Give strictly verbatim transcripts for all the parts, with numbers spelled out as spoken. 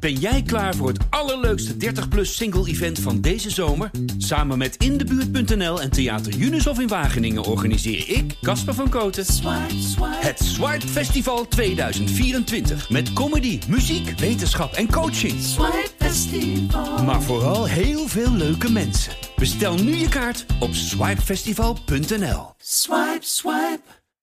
Ben jij klaar voor het allerleukste dertig plus single event van deze zomer? Samen met In de Buurt punt n l en Theater Junushof in Wageningen organiseer ik, Casper van Koten, Swipe, Swipe. Het Swipe Festival tweeduizend vierentwintig. Met comedy, muziek, wetenschap en coaching. Swipe Festival. Maar vooral heel veel leuke mensen. Bestel nu je kaart op swipe festival punt n l. Swipe, swipe.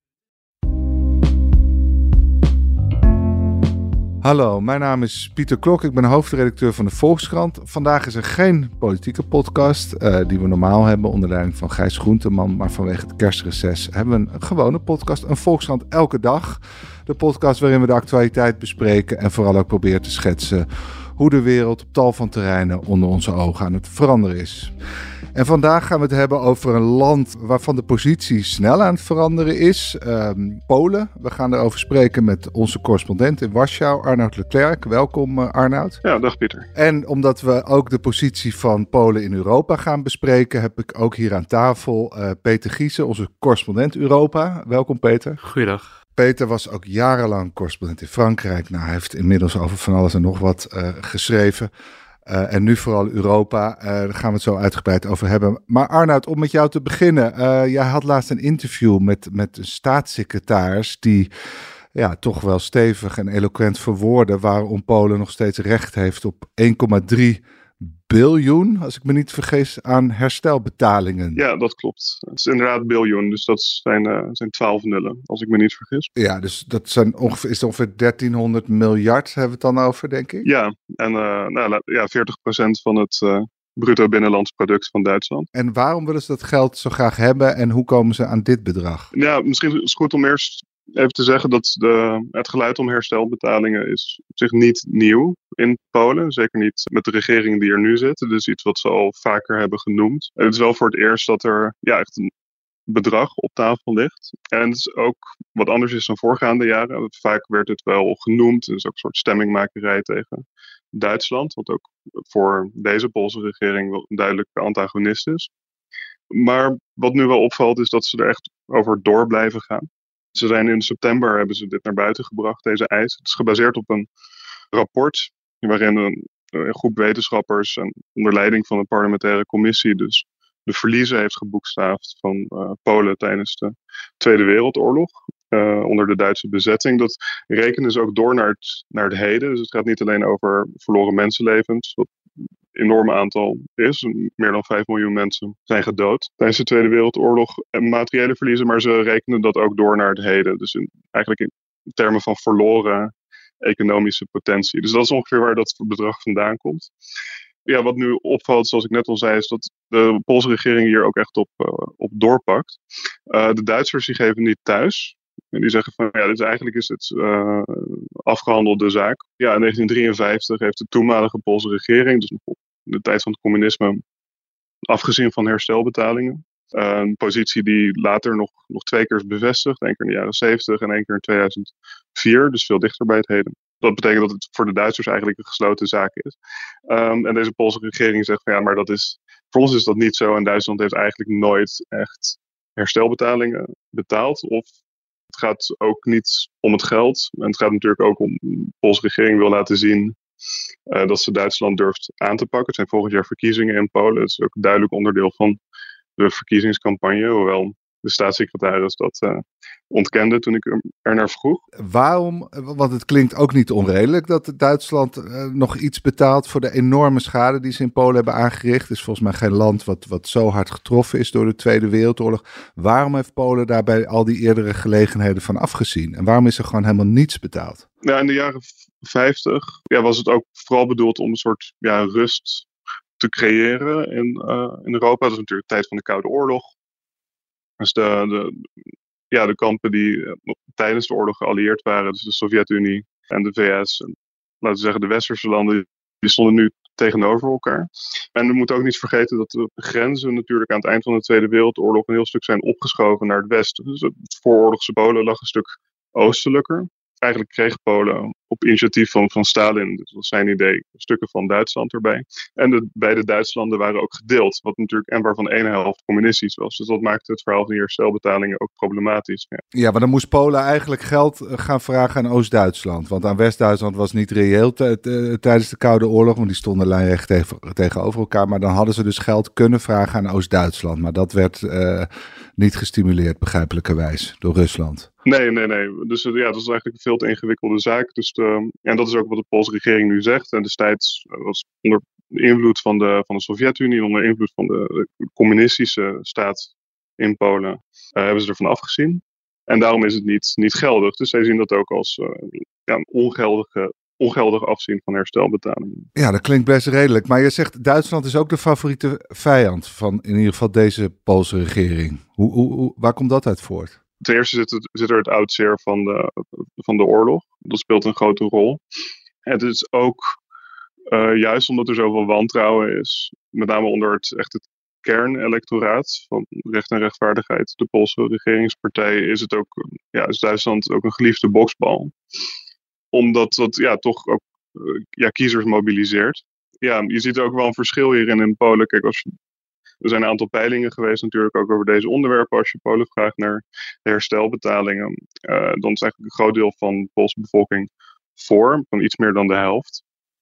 Hallo, mijn naam is Pieter Klok. Ik ben hoofdredacteur van de Volkskrant. Vandaag is er geen politieke podcast uh, die we normaal hebben onder leiding van Gijs Groenteman. Maar vanwege het kerstreces hebben we een gewone podcast. Een Volkskrant elke dag. De podcast waarin we de actualiteit bespreken en vooral ook proberen te schetsen hoe de wereld op tal van terreinen onder onze ogen aan het veranderen is. En vandaag gaan we het hebben over een land waarvan de positie snel aan het veranderen is. Um, Polen. We gaan erover spreken met onze correspondent in Warschau, Arnoud Leclerc. Welkom uh, Arnoud. Ja, dag Pieter. En omdat we ook de positie van Polen in Europa gaan bespreken, heb ik ook hier aan tafel uh, Peter Giesen, onze correspondent Europa. Welkom Peter. Goeiedag. Peter was ook jarenlang correspondent in Frankrijk. Nou, hij heeft inmiddels over van alles en nog wat uh, geschreven. Uh, en nu vooral Europa. Uh, daar gaan we het zo uitgebreid over hebben. Maar Arnoud, om met jou te beginnen. Uh, jij had laatst een interview met, met een staatssecretaris die ja, toch wel stevig en eloquent verwoordde waarom Polen nog steeds recht heeft op één komma drie biljoen, als ik me niet vergis, aan herstelbetalingen. Ja, dat klopt. Het is inderdaad biljoen, dus dat zijn, uh, zijn twaalf nullen, als ik me niet vergis. Ja, dus dat zijn ongeveer, is ongeveer dertienhonderd miljard, hebben we het dan over, denk ik? Ja, en uh, nou, ja, veertig procent van het uh, bruto binnenlands product van Duitsland. En waarom willen ze dat geld zo graag hebben en hoe komen ze aan dit bedrag? Ja, misschien is het goed om eerst even te zeggen dat de, het geluid om herstelbetalingen is op zich niet nieuw in Polen. Zeker niet met de regering die er nu zit. Het is iets wat ze al vaker hebben genoemd. En het is wel voor het eerst dat er ja, echt een bedrag op tafel ligt. En het is ook wat anders is dan voorgaande jaren. Vaak werd het wel genoemd. Het is ook een soort stemmingmakerij tegen Duitsland. Wat ook voor deze Poolse regering wel een duidelijke antagonist is. Maar wat nu wel opvalt is dat ze er echt over door blijven gaan. Ze zijn in september hebben ze dit naar buiten gebracht, deze eis. Het is gebaseerd op een rapport waarin een, een groep wetenschappers en onder leiding van een parlementaire commissie dus de verliezen heeft geboekstaafd van uh, Polen tijdens de Tweede Wereldoorlog. Uh, onder de Duitse bezetting. Dat rekenen ze ook door naar het, naar het heden. Dus het gaat niet alleen over verloren mensenlevens, wat een enorm aantal is. Meer dan vijf miljoen mensen zijn gedood tijdens de Tweede Wereldoorlog. En materiële verliezen, maar ze rekenen dat ook door naar het heden. Dus in, eigenlijk in termen van verloren economische potentie. Dus dat is ongeveer waar dat bedrag vandaan komt. Ja, wat nu opvalt, zoals ik net al zei, is dat de Poolse regering hier ook echt op, uh, op doorpakt. Uh, de Duitsers die geven niet thuis. En die zeggen van, ja, dit eigenlijk is het uh, afgehandelde zaak. Ja, in negentien drieënvijftig heeft de toenmalige Poolse regering, dus nog op de tijd van het communisme, afgezien van herstelbetalingen. Uh, een positie die later nog, nog twee keer is bevestigd. Eén keer in de jaren zeventig en één keer in tweeduizend vier. Dus veel dichter bij het heden. Dat betekent dat het voor de Duitsers eigenlijk een gesloten zaak is. Um, en deze Poolse regering zegt van ja, maar dat is, voor ons is dat niet zo. En Duitsland heeft eigenlijk nooit echt herstelbetalingen betaald. Of het gaat ook niet om het geld. En het gaat natuurlijk ook om de Poolse regering wil laten zien uh, dat ze Duitsland durft aan te pakken. Het zijn volgend jaar verkiezingen in Polen. Het is ook een duidelijk onderdeel van de verkiezingscampagne. Hoewel de staatssecretaris dat uh, ontkende toen ik er naar vroeg. Waarom, want het klinkt ook niet onredelijk dat Duitsland uh, nog iets betaalt voor de enorme schade die ze in Polen hebben aangericht. Het is volgens mij geen land wat, wat zo hard getroffen is door de Tweede Wereldoorlog. Waarom heeft Polen daar bij al die eerdere gelegenheden van afgezien? En waarom is er gewoon helemaal niets betaald? Ja, in de jaren vijftig ja, was het ook vooral bedoeld om een soort ja, rust te creëren in, uh, in Europa. Dat is natuurlijk de tijd van de Koude Oorlog. Dus de, de, ja, de kampen die uh, tijdens de oorlog geallieerd waren, dus de Sovjet-Unie en de V S, en, laten we zeggen de westerse landen, die stonden nu tegenover elkaar. En we moeten ook niet vergeten dat de grenzen natuurlijk aan het eind van de Tweede Wereldoorlog een heel stuk zijn opgeschoven naar het westen. Dus het vooroorlogse Polen lag een stuk oostelijker. Eigenlijk kreeg Polen op initiatief van, van Stalin, dat was zijn idee, stukken van Duitsland erbij. En de beide Duitslanden waren ook gedeeld, wat natuurlijk, en waarvan één helft communistisch was. Dus dat maakte het verhaal van die herstelbetalingen ook problematisch. Ja, ja, maar dan moest Polen eigenlijk geld gaan vragen aan Oost-Duitsland. Want aan West-Duitsland was niet reëel t- t- tijdens de Koude Oorlog, want die stonden lijnrecht tegen, tegenover elkaar. Maar dan hadden ze dus geld kunnen vragen aan Oost-Duitsland. Maar dat werd uh, niet gestimuleerd, begrijpelijkerwijs, door Rusland. Nee, nee, nee. Dus ja, dat is eigenlijk een veel te ingewikkelde zaak. Dus de, en dat is ook wat de Poolse regering nu zegt. En destijds was onder invloed van de, van de Sovjet-Unie, onder invloed van de, de communistische staat in Polen, uh, hebben ze ervan afgezien. En daarom is het niet, niet geldig. Dus zij zien dat ook als uh, ja, een ongeldige, ongeldig afzien van herstelbetalingen. Ja, dat klinkt best redelijk. Maar je zegt Duitsland is ook de favoriete vijand van in ieder geval deze Poolse regering. Hoe, hoe, hoe, waar komt dat uit voort? Ten eerste zit, het, zit er het oud zeer van de, van de oorlog. Dat speelt een grote rol. Het is ook uh, juist omdat er zoveel wantrouwen is, met name onder het, echt het kernelectoraat van Recht en Rechtvaardigheid, de Poolse regeringspartij, is het ook, ja, is Duitsland ook een geliefde boksbal. Omdat dat ja, toch ook uh, ja, kiezers mobiliseert. Ja, je ziet ook wel een verschil hierin in Polen. Kijk, als je Er zijn een aantal peilingen geweest natuurlijk ook over deze onderwerpen. Als je Polen vraagt naar de herstelbetalingen, uh, dan is eigenlijk een groot deel van de Poolse bevolking voor, van iets meer dan de helft.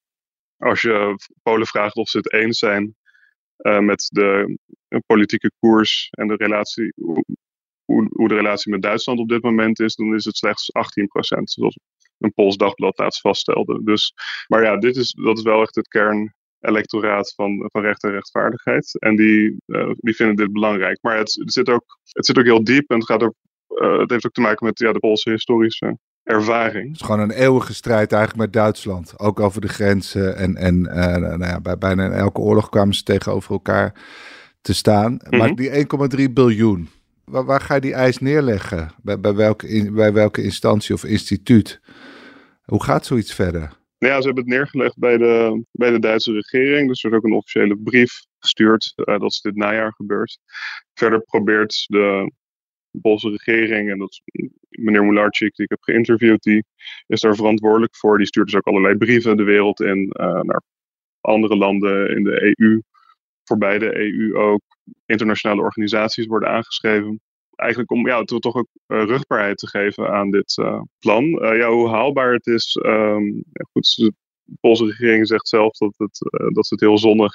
Als je Polen vraagt of ze het eens zijn uh, met de uh, politieke koers en de relatie, hoe, hoe de relatie met Duitsland op dit moment is, dan is het slechts achttien procent, zoals een Pools dagblad laatst vaststelde. Dus, maar ja, dit is, dat is wel echt het kern electoraat van, van recht en rechtvaardigheid. En die, uh, die vinden dit belangrijk. Maar het, het, zit ook, het zit ook heel diep en het, gaat ook, uh, het heeft ook te maken met ja, de Poolse historische ervaring. Het is gewoon een eeuwige strijd eigenlijk met Duitsland. Ook over de grenzen. En, en uh, nou ja, bij bijna in elke oorlog kwamen ze tegenover elkaar te staan. Mm-hmm. Maar die één komma drie biljoen, waar, waar ga je die eis neerleggen? Bij, bij, welke, in, bij welke instantie of instituut? Hoe gaat zoiets verder? Ja, ze hebben het neergelegd bij de, bij de Duitse regering. Dus er is ook een officiële brief gestuurd. Uh, dat is dit najaar gebeurd. Verder probeert de Poolse regering, en dat is meneer Mularczyk die ik heb geïnterviewd, die is daar verantwoordelijk voor. Die stuurt dus ook allerlei brieven de wereld in, uh, naar andere landen in de E U. Voorbij de E U ook. Internationale organisaties worden aangeschreven. Eigenlijk om ja, toch ook uh, rugbaarheid te geven aan dit uh, plan. Uh, ja, hoe haalbaar het is. Um, ja, goed, de Poolse regering zegt zelf dat, het, uh, dat ze het heel zonnig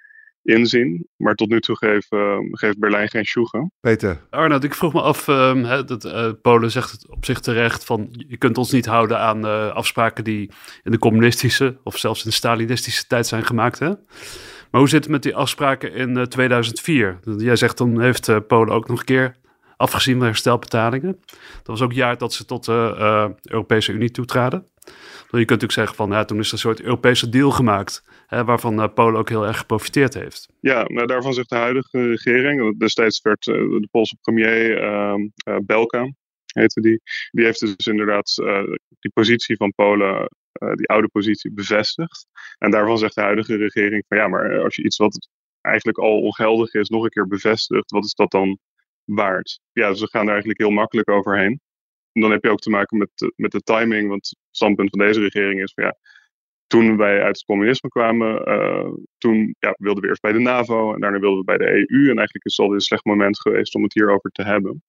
inzien. Maar tot nu toe geeft, uh, geeft Berlijn geen sjoegen. Peter. Arnoud, ik vroeg me af, uh, hè, dat uh, Polen zegt het op zich terecht van je kunt ons niet houden aan uh, afspraken die in de communistische of zelfs in de Stalinistische tijd zijn gemaakt. Hè? Maar hoe zit het met die afspraken in uh, tweeduizend vier? Jij zegt dan heeft uh, Polen ook nog een keer afgezien van herstelbetalingen. Dat was ook het jaar dat ze tot de uh, Europese Unie toetraden. Je kunt natuurlijk zeggen van ja, toen is er een soort Europese deal gemaakt, hè, waarvan uh, Polen ook heel erg geprofiteerd heeft. Ja, nou, daarvan zegt de huidige regering, destijds werd uh, de Poolse premier uh, uh, Belka, heette die, die heeft dus inderdaad uh, die positie van Polen, uh, die oude positie, bevestigd. En daarvan zegt de huidige regering van ja, maar als je iets wat eigenlijk al ongeldig is nog een keer bevestigt, wat is dat dan waard? Ja, dus we gaan daar eigenlijk heel makkelijk overheen. En dan heb je ook te maken met de, met de timing, want het standpunt van deze regering is van ja, toen wij uit het communisme kwamen, uh, toen ja, wilden we eerst bij de NAVO en daarna wilden we bij de E U. En eigenlijk is het alweer een slecht moment geweest om het hierover te hebben.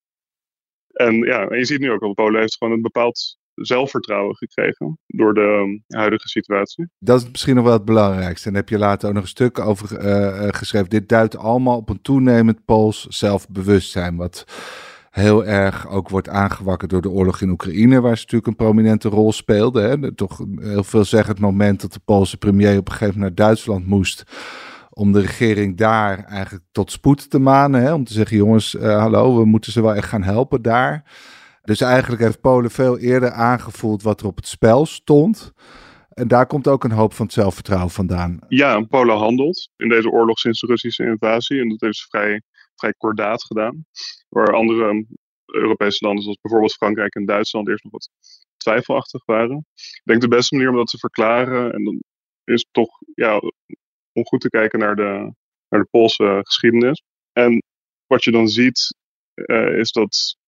En ja, en je ziet nu ook al, Polen heeft gewoon een bepaald zelfvertrouwen gekregen door de huidige situatie. Dat is misschien nog wel het belangrijkste. En daar heb je later ook nog een stuk over uh, geschreven. Dit duidt allemaal op een toenemend Pools zelfbewustzijn, wat heel erg ook wordt aangewakkerd door de oorlog in Oekraïne, waar ze natuurlijk een prominente rol speelde. Hè. Toch heel veel zeggen het moment dat de Poolse premier op een gegeven moment naar Duitsland moest om de regering daar eigenlijk tot spoed te manen. Hè. Om te zeggen, jongens, uh, hallo, we moeten ze wel echt gaan helpen daar. Dus eigenlijk heeft Polen veel eerder aangevoeld wat er op het spel stond. En daar komt ook een hoop van het zelfvertrouwen vandaan. Ja, Polen handelt in deze oorlog sinds de Russische invasie. En dat heeft ze vrij, vrij kordaat gedaan. Waar andere Europese landen, zoals bijvoorbeeld Frankrijk en Duitsland, eerst nog wat twijfelachtig waren. Ik denk de beste manier om dat te verklaren, en dan is toch ja, om goed te kijken naar de, naar de Poolse geschiedenis. En wat je dan ziet, uh, is dat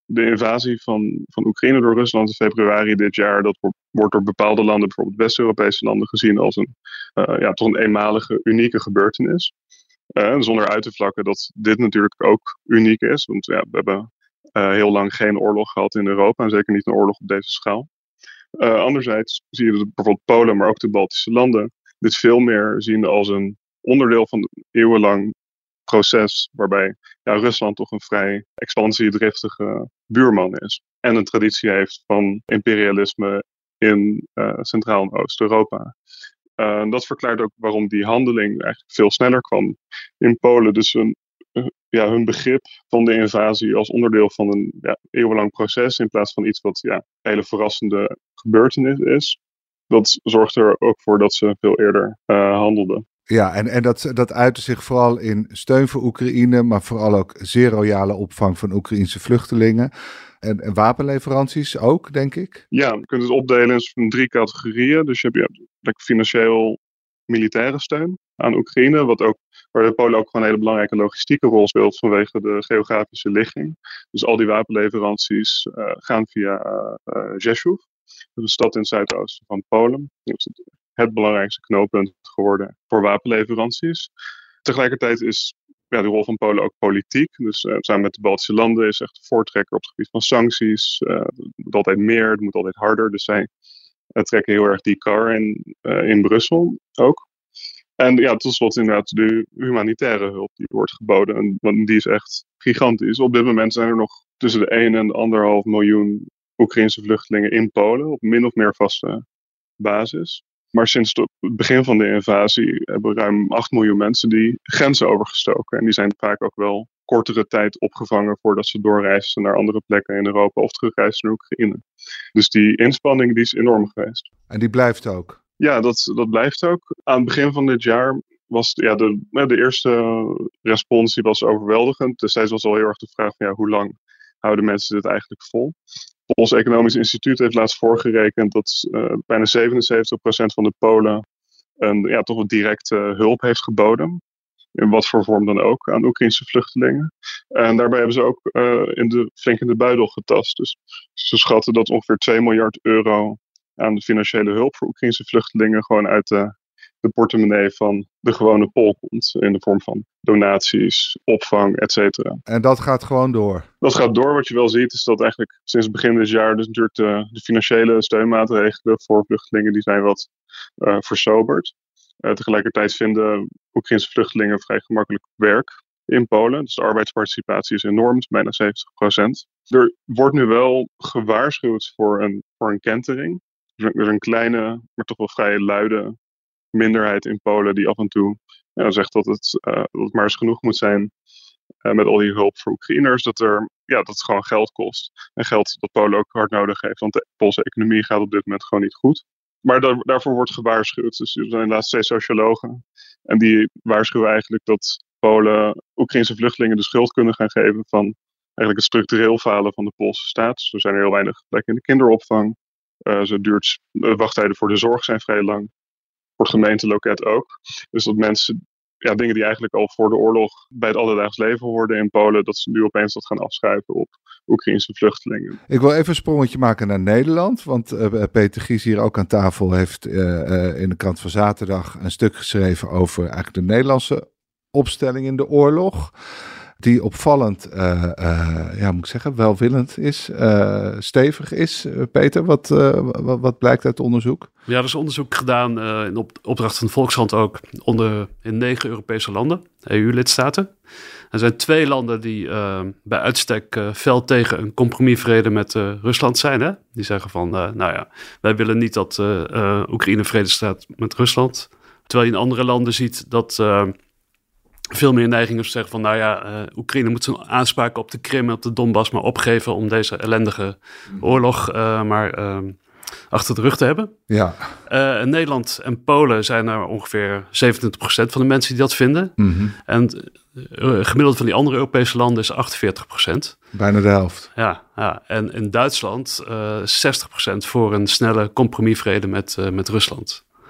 de invasie van, van Oekraïne door Rusland in februari dit jaar, dat wordt door bepaalde landen, bijvoorbeeld West-Europese landen, gezien als een, uh, ja, toch een eenmalige, unieke gebeurtenis. Uh, zonder uit te vlakken dat dit natuurlijk ook uniek is. Want ja, we hebben uh, heel lang geen oorlog gehad in Europa. En zeker niet een oorlog op deze schaal. Uh, anderzijds zie je dat bijvoorbeeld Polen, maar ook de Baltische landen dit veel meer zien als een onderdeel van een eeuwenlang proces. Waarbij ja, Rusland toch een vrij expansiedriftige buurman is. En een traditie heeft van imperialisme in uh, Centraal- en Oost-Europa. Uh, dat verklaart ook waarom die handeling eigenlijk veel sneller kwam in Polen. Dus hun, uh, ja, hun begrip van de invasie als onderdeel van een ja, eeuwenlang proces, in plaats van iets wat ja, een hele verrassende gebeurtenis is. Dat zorgt er ook voor dat ze veel eerder uh, handelden. Ja, en, en dat, dat uitte zich vooral in steun voor Oekraïne, maar vooral ook zeer royale opvang van Oekraïense vluchtelingen. En, en wapenleveranties ook, denk ik? Ja, je kunt het opdelen in drie categorieën. Dus je hebt ja, financieel militaire steun aan Oekraïne, wat ook, waar de Polen ook gewoon een hele belangrijke logistieke rol speelt vanwege de geografische ligging. Dus al die wapenleveranties uh, gaan via uh, Rzeszów, de stad in het zuidoosten van Polen. Dat is het, het belangrijkste knooppunt geworden voor wapenleveranties. Tegelijkertijd is ja, de rol van Polen ook politiek. Dus uh, samen met de Baltische landen is echt de voortrekker op het gebied van sancties. Uh, het moet altijd meer, het moet altijd harder. Dus zij uh, trekken heel erg die kar in, uh, in Brussel ook. En ja, tot slot inderdaad de humanitaire hulp die wordt geboden. En, want die is echt gigantisch. Op dit moment zijn er nog tussen de één en de anderhalf miljoen Oekraïnse vluchtelingen in Polen. Op min of meer vaste basis. Maar sinds het begin van de invasie hebben ruim acht miljoen mensen die grenzen overgestoken. En die zijn vaak ook wel kortere tijd opgevangen voordat ze doorreisden naar andere plekken in Europa of terugreisden naar Oekraïne. Dus die inspanning die is enorm geweest. En die blijft ook? Ja, dat, dat blijft ook. Aan het begin van dit jaar was ja, de, de eerste respons die was overweldigend. Destijds was al heel erg de vraag van ja, hoe lang houden mensen dit eigenlijk vol? Ons Economisch Instituut heeft laatst voorgerekend dat uh, bijna zevenenzeventig procent van de Polen een ja, toch een directe hulp heeft geboden. In wat voor vorm dan ook, aan Oekraïnse vluchtelingen. En daarbij hebben ze ook uh, in de, flink in de buidel getast. Dus ze schatten dat ongeveer twee miljard euro aan de financiële hulp voor Oekraïnse vluchtelingen gewoon uit de, de portemonnee van de gewone Pool komt. In de vorm van donaties, opvang, et cetera. En dat gaat gewoon door? Dat gaat door. Wat je wel ziet is dat eigenlijk sinds het begin dit jaar dus natuurlijk de, de financiële steunmaatregelen voor vluchtelingen die zijn wat uh, versoberd. Uh, tegelijkertijd vinden Oekraïnse vluchtelingen vrij gemakkelijk werk in Polen. Dus de arbeidsparticipatie is enorm, is bijna zeventig procent. Er wordt nu wel gewaarschuwd voor een, voor een kentering. Er is een kleine, maar toch wel vrij luide minderheid in Polen die af en toe ja, zegt dat het, uh, dat het maar eens genoeg moet zijn uh, met al die hulp voor Oekraïners. Dat, er, ja, dat het gewoon geld kost. En geld dat Polen ook hard nodig heeft, want de Poolse economie gaat op dit moment gewoon niet goed. Maar daar, daarvoor wordt gewaarschuwd. Dus er zijn laatst twee sociologen. En die waarschuwen eigenlijk dat Polen Oekraïnse vluchtelingen de schuld kunnen gaan geven van eigenlijk het structureel falen van de Poolse staat. Dus er zijn er heel weinig plekken in de kinderopvang. Uh, zo duurt, de wachttijden voor de zorg zijn vrij lang. Voor het gemeenteloket ook. Dus dat mensen, ja, dingen die eigenlijk al voor de oorlog bij het alledaags leven hoorden in Polen, dat ze nu opeens dat gaan afschuiven op Oekraïnse vluchtelingen. Ik wil even een sprongetje maken naar Nederland, want uh, Peter Gies hier ook aan tafel heeft uh, uh, in de krant van zaterdag een stuk geschreven over eigenlijk de Nederlandse opstelling in de oorlog. Die opvallend, uh, uh, ja, moet ik zeggen, welwillend is, uh, stevig is. Uh, Peter, wat, uh, wat, wat blijkt uit onderzoek? Ja, er is onderzoek gedaan uh, in op, opdracht van de Volkskrant ook onder in negen Europese landen, E U-lidstaten. Er zijn twee landen die uh, bij uitstek uh, fel tegen een compromisvrede met uh, Rusland zijn. Hè? Die zeggen van, uh, nou ja, wij willen niet dat uh, uh, Oekraïne vrede staat met Rusland. Terwijl je in andere landen ziet dat Uh, veel meer neiging is te zeggen van, nou ja, uh, Oekraïne moet zijn aanspraken op de Krim en op de Donbass maar opgeven om deze ellendige oorlog uh, maar uh, achter de rug te hebben. Ja. Uh, Nederland en Polen zijn er ongeveer zevenentwintig procent van de mensen die dat vinden. Mm-hmm. En uh, gemiddeld van die andere Europese landen is achtenveertig procent. Bijna de helft. Ja, ja. En in Duitsland uh, zestig procent voor een snelle compromisvrede met, uh, met Rusland.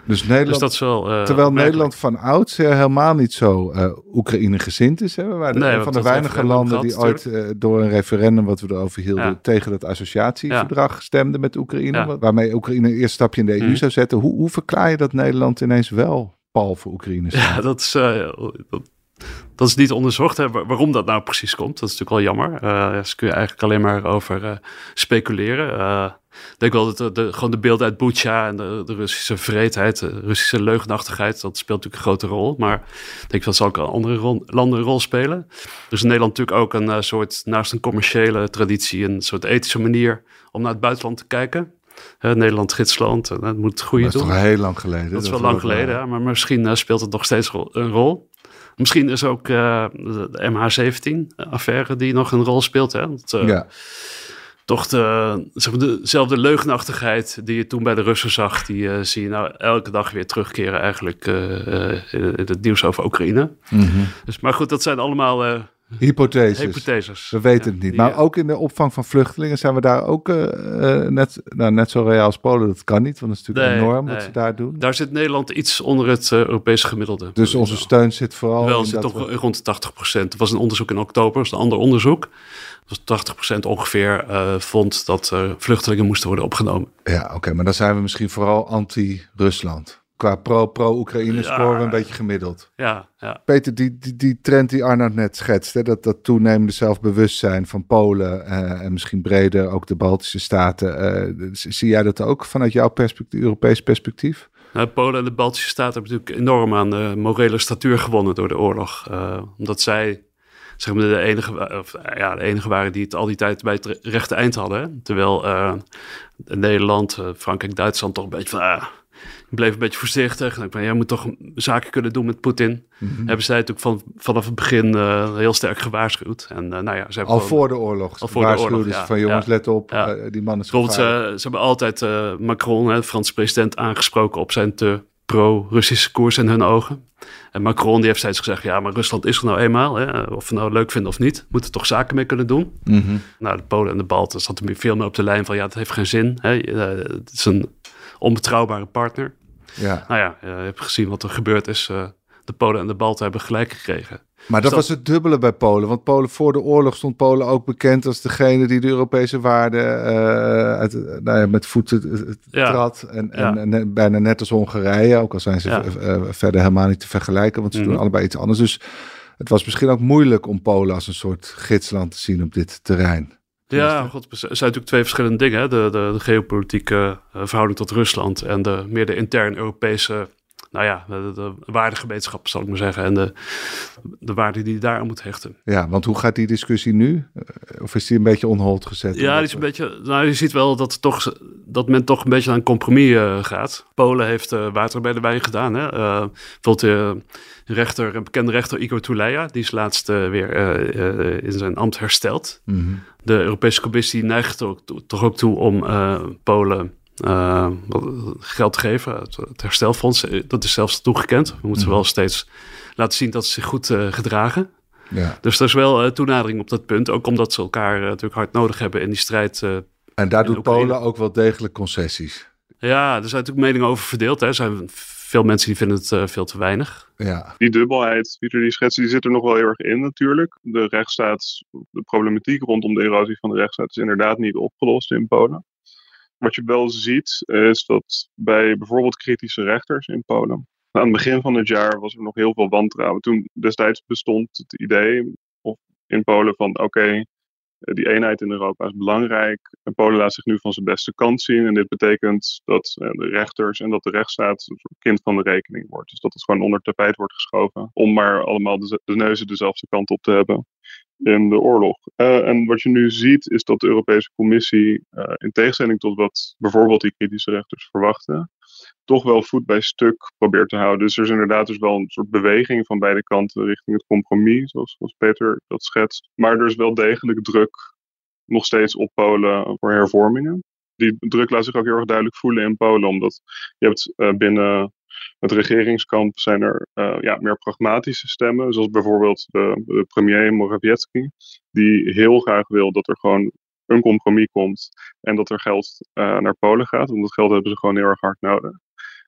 Dus, Nederland, dus dat is wel uh, terwijl merkelijk. Nederland van oudsher helemaal niet zo uh, Oekraïne gezind is. Hè? We waren nee, een van de weinige landen die ooit uh, door een referendum wat we erover hielden ja. tegen het associatieverdrag ja. stemden met Oekraïne. Ja. Waarmee Oekraïne een eerste stapje in de E U hmm. zou zetten. Hoe, hoe verklaar je dat Nederland ineens wel pal voor Oekraïne staat? Ja, dat is... Uh, dat... Dat is niet onderzocht, hè, waarom dat nou precies komt. Dat is natuurlijk wel jammer. Uh, daar kun je eigenlijk alleen maar over uh, speculeren. Uh, ik denk wel dat de, de, gewoon de beelden uit Bucha en de, de Russische vreedheid, de Russische leugenachtigheid, dat speelt natuurlijk een grote rol. Maar ik denk dat zal ook andere rol, landen een rol spelen. Er is in Nederland natuurlijk ook een uh, soort, naast een commerciële traditie, een soort ethische manier om naar het buitenland te kijken. Uh, Nederland, gidsland, uh, dat moet het goede doen. Dat is toch heel lang geleden? Dat is wel lang geleden, wel... ja, maar misschien uh, speelt het nog steeds ro- een rol. Misschien is ook uh, de M H zeventien-affaire die nog een rol speelt. Hè? Dat, uh, ja. Toch de, zeg maar dezelfde leugenachtigheid die je toen bij de Russen zag, die uh, zie je nou elke dag weer terugkeren eigenlijk uh, uh, in het nieuws over Oekraïne. Mm-hmm. Dus, maar goed, dat zijn allemaal... Uh, Hypotheses. Hypotheses. We weten ja, het niet. Die, maar ook in de opvang van vluchtelingen zijn we daar ook uh, uh, net, nou, net zo reëel als Polen. Dat kan niet, want dat is natuurlijk nee, enorm nee. wat ze daar doen. Daar zit Nederland iets onder het uh, Europese gemiddelde. Dus onze steun zit vooral Wel, in zit dat toch we... rond de tachtig procent. Er was een onderzoek in oktober, dat is een ander onderzoek. Dus tachtig procent ongeveer uh, vond dat uh, vluchtelingen moesten worden opgenomen. Ja, oké, okay, maar dan zijn we misschien vooral anti-Rusland. Qua pro, pro-Oekraïne ja, scoren we een beetje gemiddeld. Ja, ja. Peter, die, die, die trend die Arnoud net schetst, hè, dat, dat toenemende zelfbewustzijn van Polen uh, en misschien breder ook de Baltische Staten. Uh, zie jij dat ook vanuit jouw perspectief, Europees perspectief? Nou, Polen en de Baltische Staten hebben natuurlijk enorm aan de morele statuur gewonnen door de oorlog. Uh, omdat zij zeg maar, de, enige, of, ja, de enige waren die het al die tijd bij het rechte eind hadden. Hè? Terwijl uh, Nederland, uh, Frankrijk, Duitsland toch een beetje van... Uh, Ik bleef een beetje voorzichtig. En ik ben, jij moet toch zaken kunnen doen met Poetin. Mm-hmm. Hebben zij natuurlijk van, vanaf het begin uh, heel sterk gewaarschuwd. En, uh, nou ja, ze hebben al gewoon, voor de oorlog. Al voor de oorlog, dus ja, van jongens, ja, let op, ja. uh, die man is Bijvoorbeeld, uh, ze hebben altijd uh, Macron, hè, de Franse president, aangesproken op zijn te pro-Russische koers in hun ogen. En Macron die heeft steeds gezegd, ja, maar Rusland is er nou eenmaal. Hè, of we nou leuk vinden of niet, moeten er toch zaken mee kunnen doen. Mm-hmm. Nou, de Polen en de Balten zaten veel meer op de lijn van, ja, dat heeft geen zin. Hè. Uh, het is een onbetrouwbare partner. Ja. Nou ja, je hebt gezien wat er gebeurd is. Uh, de Polen en de Balten hebben gelijk gekregen. Maar dat, dat was het dubbele bij Polen. Want Polen voor de oorlog stond Polen ook bekend als degene die de Europese waarden uh, uit, nou ja, met voeten ja. trad. En, ja. en, en bijna net als Hongarije, ook al zijn ze ja. v- uh, verder helemaal niet te vergelijken, want ze mm-hmm. doen allebei iets anders. Dus het was misschien ook moeilijk om Polen als een soort gidsland te zien op dit terrein. Ja, god, er zijn natuurlijk twee verschillende dingen. Hè? De, de, de geopolitieke uh, verhouding tot Rusland en de meer de intern Europese, nou ja, de, de waardegemeenschap zal ik maar zeggen. En de, de waarden die je daar aan moet hechten. Ja, want hoe gaat die discussie nu? Of is die een beetje on hold gezet? Ja, die is een beetje, nou, je ziet wel dat, toch, dat men toch een beetje naar een compromis uh, gaat. Polen heeft uh, water bij de wijn gedaan. Hè? Uh, bijvoorbeeld uh, rechter, een bekende rechter Igor Tuleya, die is laatst uh, weer uh, uh, in zijn ambt hersteld. Mm-hmm. De Europese Commissie neigt ook, toch ook toe om uh, Polen uh, geld te geven. Het, het herstelfonds, dat is zelfs toegekend. We moeten mm-hmm. wel steeds laten zien dat ze zich goed uh, gedragen. Ja. Dus er is wel uh, toenadering op dat punt. Ook omdat ze elkaar uh, natuurlijk hard nodig hebben in die strijd. Uh, en daar doet Oekraïne. Polen ook wel degelijk concessies. Ja, er zijn natuurlijk meningen over verdeeld. Hè. Er zijn veel mensen die vinden het uh, veel te weinig. Ja. Die dubbelheid, Pieter, die schetst, die zit er nog wel heel erg in natuurlijk. De rechtsstaat, de problematiek rondom de erosie van de rechtsstaat is inderdaad niet opgelost in Polen. Wat je wel ziet, is dat bij bijvoorbeeld kritische rechters in Polen, aan het begin van het jaar was er nog heel veel wantrouwen. Toen destijds bestond het idee of in Polen van oké, okay, die eenheid in Europa is belangrijk. En Polen laat zich nu van zijn beste kant zien. En dit betekent dat uh, de rechters en dat de rechtsstaat een soort kind van de rekening wordt. Dus dat het gewoon onder tapijt wordt geschoven. Om maar allemaal de, de neuzen dezelfde kant op te hebben in de oorlog. Uh, en wat je nu ziet is dat de Europese Commissie, uh, in tegenstelling tot wat bijvoorbeeld die kritische rechters verwachten, toch wel voet bij stuk probeert te houden. Dus er is inderdaad dus wel een soort beweging van beide kanten richting het compromis, zoals, zoals Peter dat schetst. Maar er is wel degelijk druk nog steeds op Polen voor hervormingen. Die druk laat zich ook heel erg duidelijk voelen in Polen, omdat je hebt uh, binnen het regeringskamp zijn er uh, ja, meer pragmatische stemmen, zoals bijvoorbeeld de, de premier Morawiecki, die heel graag wil dat er gewoon een compromis komt en dat er geld uh, naar Polen gaat, want dat geld hebben ze gewoon heel erg hard nodig.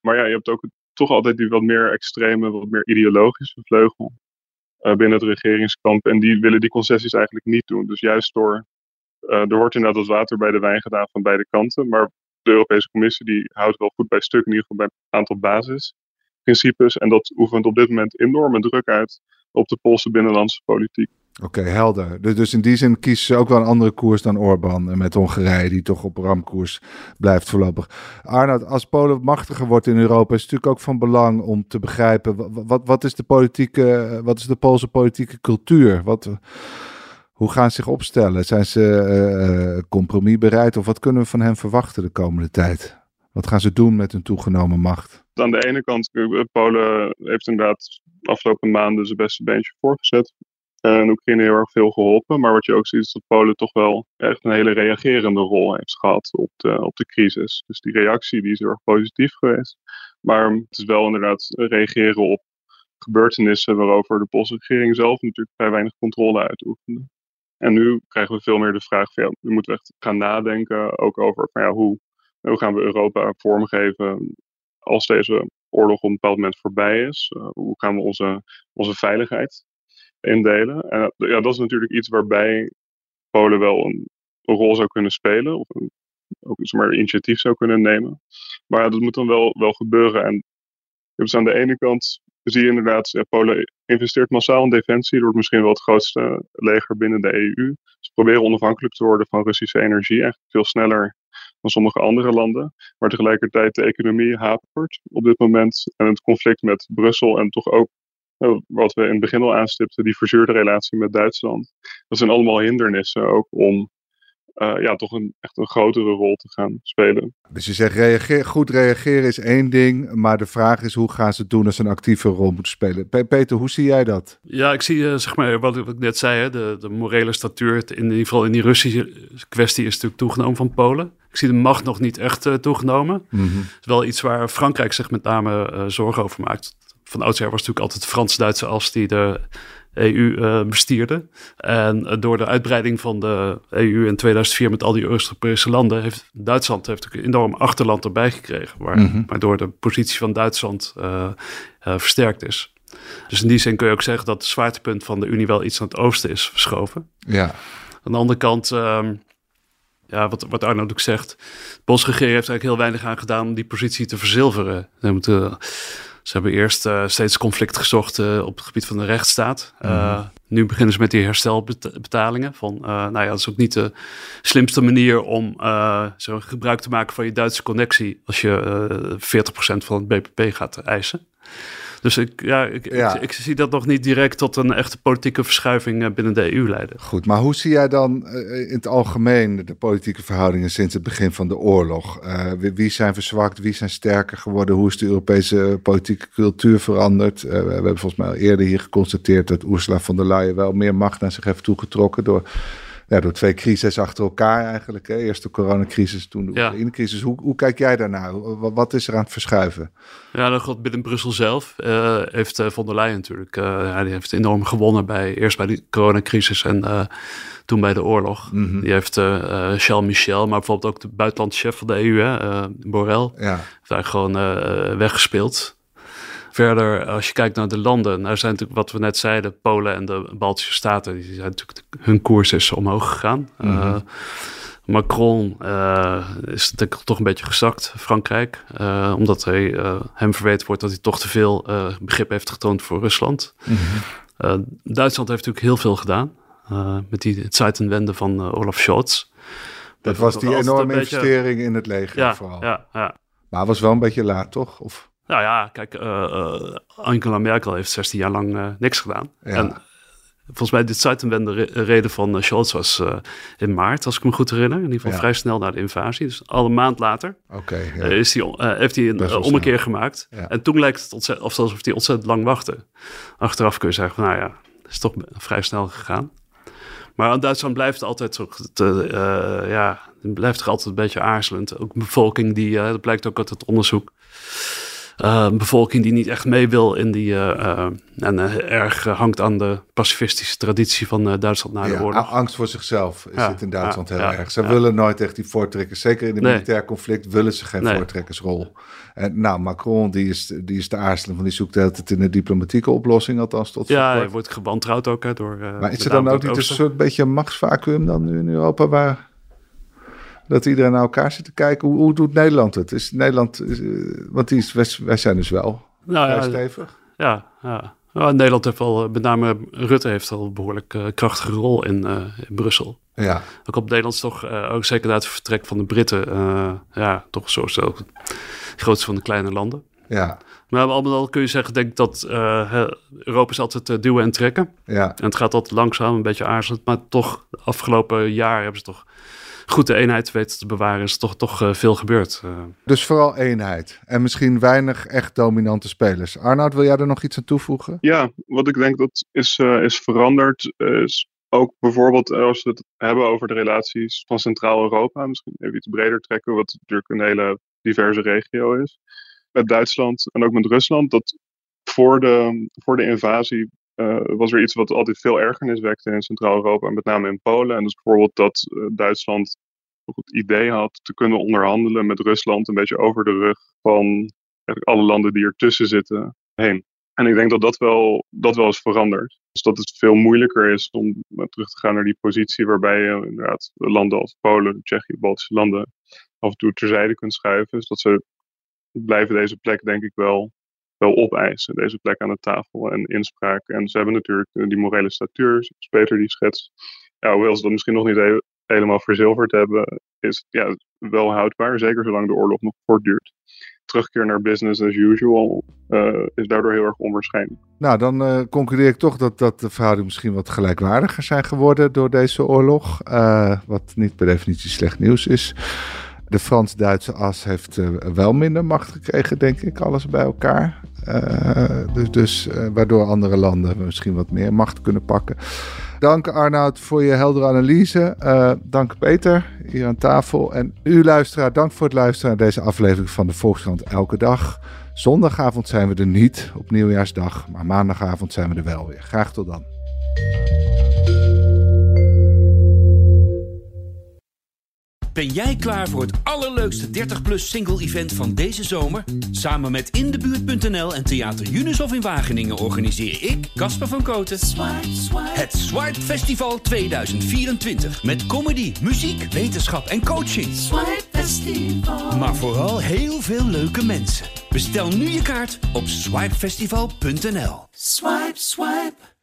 Maar ja, je hebt ook toch altijd die wat meer extreme, wat meer ideologische vleugel uh, binnen het regeringskamp. En die willen die concessies eigenlijk niet doen. Dus juist door, uh, er wordt inderdaad wat water bij de wijn gedaan van beide kanten. Maar de Europese Commissie die houdt wel goed bij stuk, in ieder geval bij een aantal basisprincipes. En dat oefent op dit moment enorme druk uit op de Poolse binnenlandse politiek. Oké, okay, helder. Dus, dus in die zin kiezen ze ook wel een andere koers dan Orbán met Hongarije, die toch op ramkoers blijft voorlopig. Arnoud, als Polen machtiger wordt in Europa, is het natuurlijk ook van belang om te begrijpen, wat, wat, wat is de politieke, wat is de Poolse politieke cultuur? Wat, hoe gaan ze zich opstellen? Zijn ze uh, compromisbereid of wat kunnen we van hen verwachten de komende tijd? Wat gaan ze doen met hun toegenomen macht? Aan de ene kant, Polen heeft inderdaad de afgelopen maanden zijn beste beentje voorgezet. En Oekraïne heel erg veel geholpen. Maar wat je ook ziet is dat Polen toch wel echt een hele reagerende rol heeft gehad op de, op de crisis. Dus die reactie die is heel erg positief geweest. Maar het is wel inderdaad reageren op gebeurtenissen waarover de Poolse regering zelf natuurlijk vrij weinig controle uitoefende. En nu krijgen we veel meer de vraag van ja, we moeten echt gaan nadenken ook over van ja, hoe, hoe gaan we Europa vormgeven als deze oorlog op een bepaald moment voorbij is. Uh, hoe gaan we onze, onze veiligheid indelen. En ja, dat is natuurlijk iets waarbij Polen wel een, een rol zou kunnen spelen. Of een, ook zeg maar, een initiatief zou kunnen nemen. Maar ja, dat moet dan wel, wel gebeuren. En dus aan de ene kant zie je inderdaad, ja, Polen investeert massaal in defensie. Het wordt misschien wel het grootste leger binnen de E U. Ze proberen onafhankelijk te worden van Russische energie. Eigenlijk veel sneller dan sommige andere landen. Maar tegelijkertijd de economie hapert op dit moment. En het conflict met Brussel en toch ook wat we in het begin al aanstipten, die verzuurde relatie met Duitsland. Dat zijn allemaal hindernissen ook om uh, ja, toch een, echt een grotere rol te gaan spelen. Dus je zegt reageer, goed reageren is één ding, maar de vraag is hoe gaan ze het doen als ze een actieve rol moeten spelen. P- Peter, hoe zie jij dat? Ja, ik zie uh, zeg maar wat ik net zei, hè, de, de morele statuur, in ieder geval in die Russische kwestie is natuurlijk toegenomen van Polen. Ik zie de macht nog niet echt uh, toegenomen. Mm-hmm. Het is wel iets waar Frankrijk zich met name uh, zorgen over maakt. Van oudsher was natuurlijk altijd de Frans-Duitse as die de E U uh, bestierde. En uh, door de uitbreiding van de E U in tweeduizend vier met al die Europese landen heeft Duitsland heeft een enorm achterland erbij gekregen, waar, mm-hmm. waardoor de positie van Duitsland uh, uh, versterkt is. Dus in die zin kun je ook zeggen dat het zwaartepunt van de Unie wel iets naar het oosten is verschoven. Ja. Aan de andere kant, um, ja, wat, wat Arnoud ook zegt, de Poolse regering heeft eigenlijk heel weinig aan gedaan om die positie te verzilveren. Ze moeten... Ze hebben eerst uh, steeds conflict gezocht uh, op het gebied van de rechtsstaat. Uh, mm. Nu beginnen ze met die herstelbetalingen. Van, uh, nou ja, dat is ook niet de slimste manier om uh, zo gebruik te maken van je Duitse connectie als je uh, veertig procent van het B P P gaat eisen. Dus ik, ja, ik, ja. Ik, ik zie dat nog niet direct tot een echte politieke verschuiving binnen de E U leiden. Goed, maar hoe zie jij dan uh, in het algemeen de politieke verhoudingen sinds het begin van de oorlog? Uh, wie, wie zijn verzwakt, wie zijn sterker geworden? Hoe is de Europese politieke cultuur veranderd? Uh, we hebben volgens mij al eerder hier geconstateerd dat Ursula von der Leyen wel meer macht naar zich heeft toegetrokken door... Ja, door twee crises achter elkaar eigenlijk. Hè. Eerst de coronacrisis, toen de ja. Oekraïne-crisis. Hoe, hoe kijk jij daarnaar? Wat is er aan het verschuiven? Ja, dat gaat binnen Brussel zelf. Uh, heeft uh, von der Leyen natuurlijk... Uh, ja, die heeft enorm gewonnen bij... Eerst bij de coronacrisis en uh, toen bij de oorlog. Mm-hmm. Die heeft uh, uh, Charles Michel, maar bijvoorbeeld ook de buitenlandse chef van de E U, hè, uh, Borrell. Ja. Heeft daar gewoon uh, weggespeeld. Verder, als je kijkt naar de landen, nou zijn natuurlijk wat we net zeiden, Polen en de Baltische Staten, die zijn natuurlijk, hun koers is omhoog gegaan. Mm-hmm. Uh, Macron uh, is denk ik toch een beetje gezakt, Frankrijk, uh, omdat hij, uh, hem verweten wordt dat hij toch te veel uh, begrip heeft getoond voor Rusland. Mm-hmm. Uh, Duitsland heeft natuurlijk heel veel gedaan, uh, met die, het Zeitenwende van uh, Olaf Scholz. Dat was die enorme investering beetje... in het leger ja, vooral. Ja, ja. Maar het was wel een beetje laat, toch? Of... Nou ja, kijk, uh, uh, Angela Merkel heeft zestien jaar lang uh, niks gedaan. Ja. En volgens mij dit Zeitenwende-reden van uh, Scholz was uh, in maart, als ik me goed herinner. In ieder geval ja. vrij snel na de invasie. Dus al een maand later okay, ja. uh, is die, uh, heeft hij een uh, ommekeer gemaakt. Ja. En toen lijkt het ontzettend, of alsof hij ontzettend lang wachtte. Achteraf kun je zeggen, van, nou ja, het is toch vrij snel gegaan. Maar aan Duitsland blijft altijd zo, te, uh, ja, blijft er altijd een beetje aarzelend. Ook een bevolking die, uh, dat blijkt ook uit het onderzoek, uh, een bevolking die niet echt mee wil in die... Uh, uh, en uh, erg uh, hangt aan de pacifistische traditie van uh, Duitsland na ja, de oorlog. Angst voor zichzelf is ja, het in Duitsland ja, heel ja, erg. Ze ja. willen nooit echt die voortrekkers. Zeker in een nee. militair conflict willen ze geen nee. voortrekkersrol. En nou, Macron die is, die is te aarzelen, want die zoekt de hele tijd in een diplomatieke oplossing, althans tot Ja, voor hij wordt gewantrouwd ook hè, door... Uh, maar is er dan ook niet een soort beetje een machtsvacuum dan nu in Europa waar... Dat iedereen naar elkaar zit te kijken. Hoe, hoe doet Nederland het? Is Nederland, is, uh, want die is, wij, wij zijn dus wel nou, vrij ja, stevig. Ja, ja. Nou, Nederland heeft wel, met name Rutte heeft al een behoorlijk uh, krachtige rol in, uh, in Brussel. Ja. Ook op Nederlands toch, uh, ook zeker na het vertrek van de Britten, uh, ja, toch zo zo het grootste van de kleine landen. Ja. Maar allemaal kun je zeggen, denk ik dat uh, Europa is altijd uh, duwen en trekken. Ja. En het gaat altijd langzaam, een beetje aarzelend, maar toch de afgelopen jaar hebben ze toch goed de eenheid weten te bewaren, is toch, toch uh, veel gebeurd. Uh. Dus vooral eenheid en misschien weinig echt dominante spelers. Arnoud, wil jij er nog iets aan toevoegen? Ja, wat ik denk dat is, uh, is veranderd is ook bijvoorbeeld als we het hebben over de relaties van Centraal-Europa, misschien even iets breder trekken, wat natuurlijk een hele diverse regio is. Met Duitsland en ook met Rusland, dat voor de, voor de invasie uh, was er iets wat altijd veel ergernis wekte in Centraal-Europa, en met name in Polen. En dat is bijvoorbeeld dat uh, Duitsland ook het idee had te kunnen onderhandelen met Rusland een beetje over de rug van eigenlijk alle landen die ertussen zitten heen. En ik denk dat dat wel, dat wel is veranderd. Dus dat het veel moeilijker is om terug te gaan naar die positie waarbij je inderdaad landen als Polen, Tsjechië, Baltische landen af en toe terzijde kunt schuiven. Dus dat ze blijven deze plek denk ik wel, wel opeisen. Deze plek aan de tafel en inspraak. En ze hebben natuurlijk die morele statuur, zoals Peter die schetst. Ja, hoewel ze dat misschien nog niet he- helemaal verzilverd hebben, is het ja, wel houdbaar. Zeker zolang de oorlog nog voortduurt. Terugkeer naar business as usual uh, is daardoor heel erg onwaarschijnlijk. Nou, dan uh, concludeer ik toch dat, dat de verhoudingen misschien wat gelijkwaardiger zijn geworden door deze oorlog. Uh, wat niet per definitie slecht nieuws is. De Frans-Duitse as heeft uh, wel minder macht gekregen, denk ik, alles bij elkaar. Uh, dus dus uh, waardoor andere landen misschien wat meer macht kunnen pakken. Dank Arnoud voor je heldere analyse. Uh, dank Peter hier aan tafel. En u luisteraar, dank voor het luisteren naar deze aflevering van de Volkskrant Elke Dag. Zondagavond zijn we er niet op Nieuwjaarsdag, maar maandagavond zijn we er wel weer. Graag tot dan. Ben jij klaar voor het allerleukste dertig plus single event van deze zomer? Samen met Indebuurt punt n l en Theater Unisof in Wageningen organiseer ik, Casper van Koten, Swipe, Swipe. Het Swipe Festival tweeduizend vierentwintig. Met comedy, muziek, wetenschap en coaching. Swipe Festival. Maar vooral heel veel leuke mensen. Bestel nu je kaart op swipe festival punt n l. Swipe, swipe.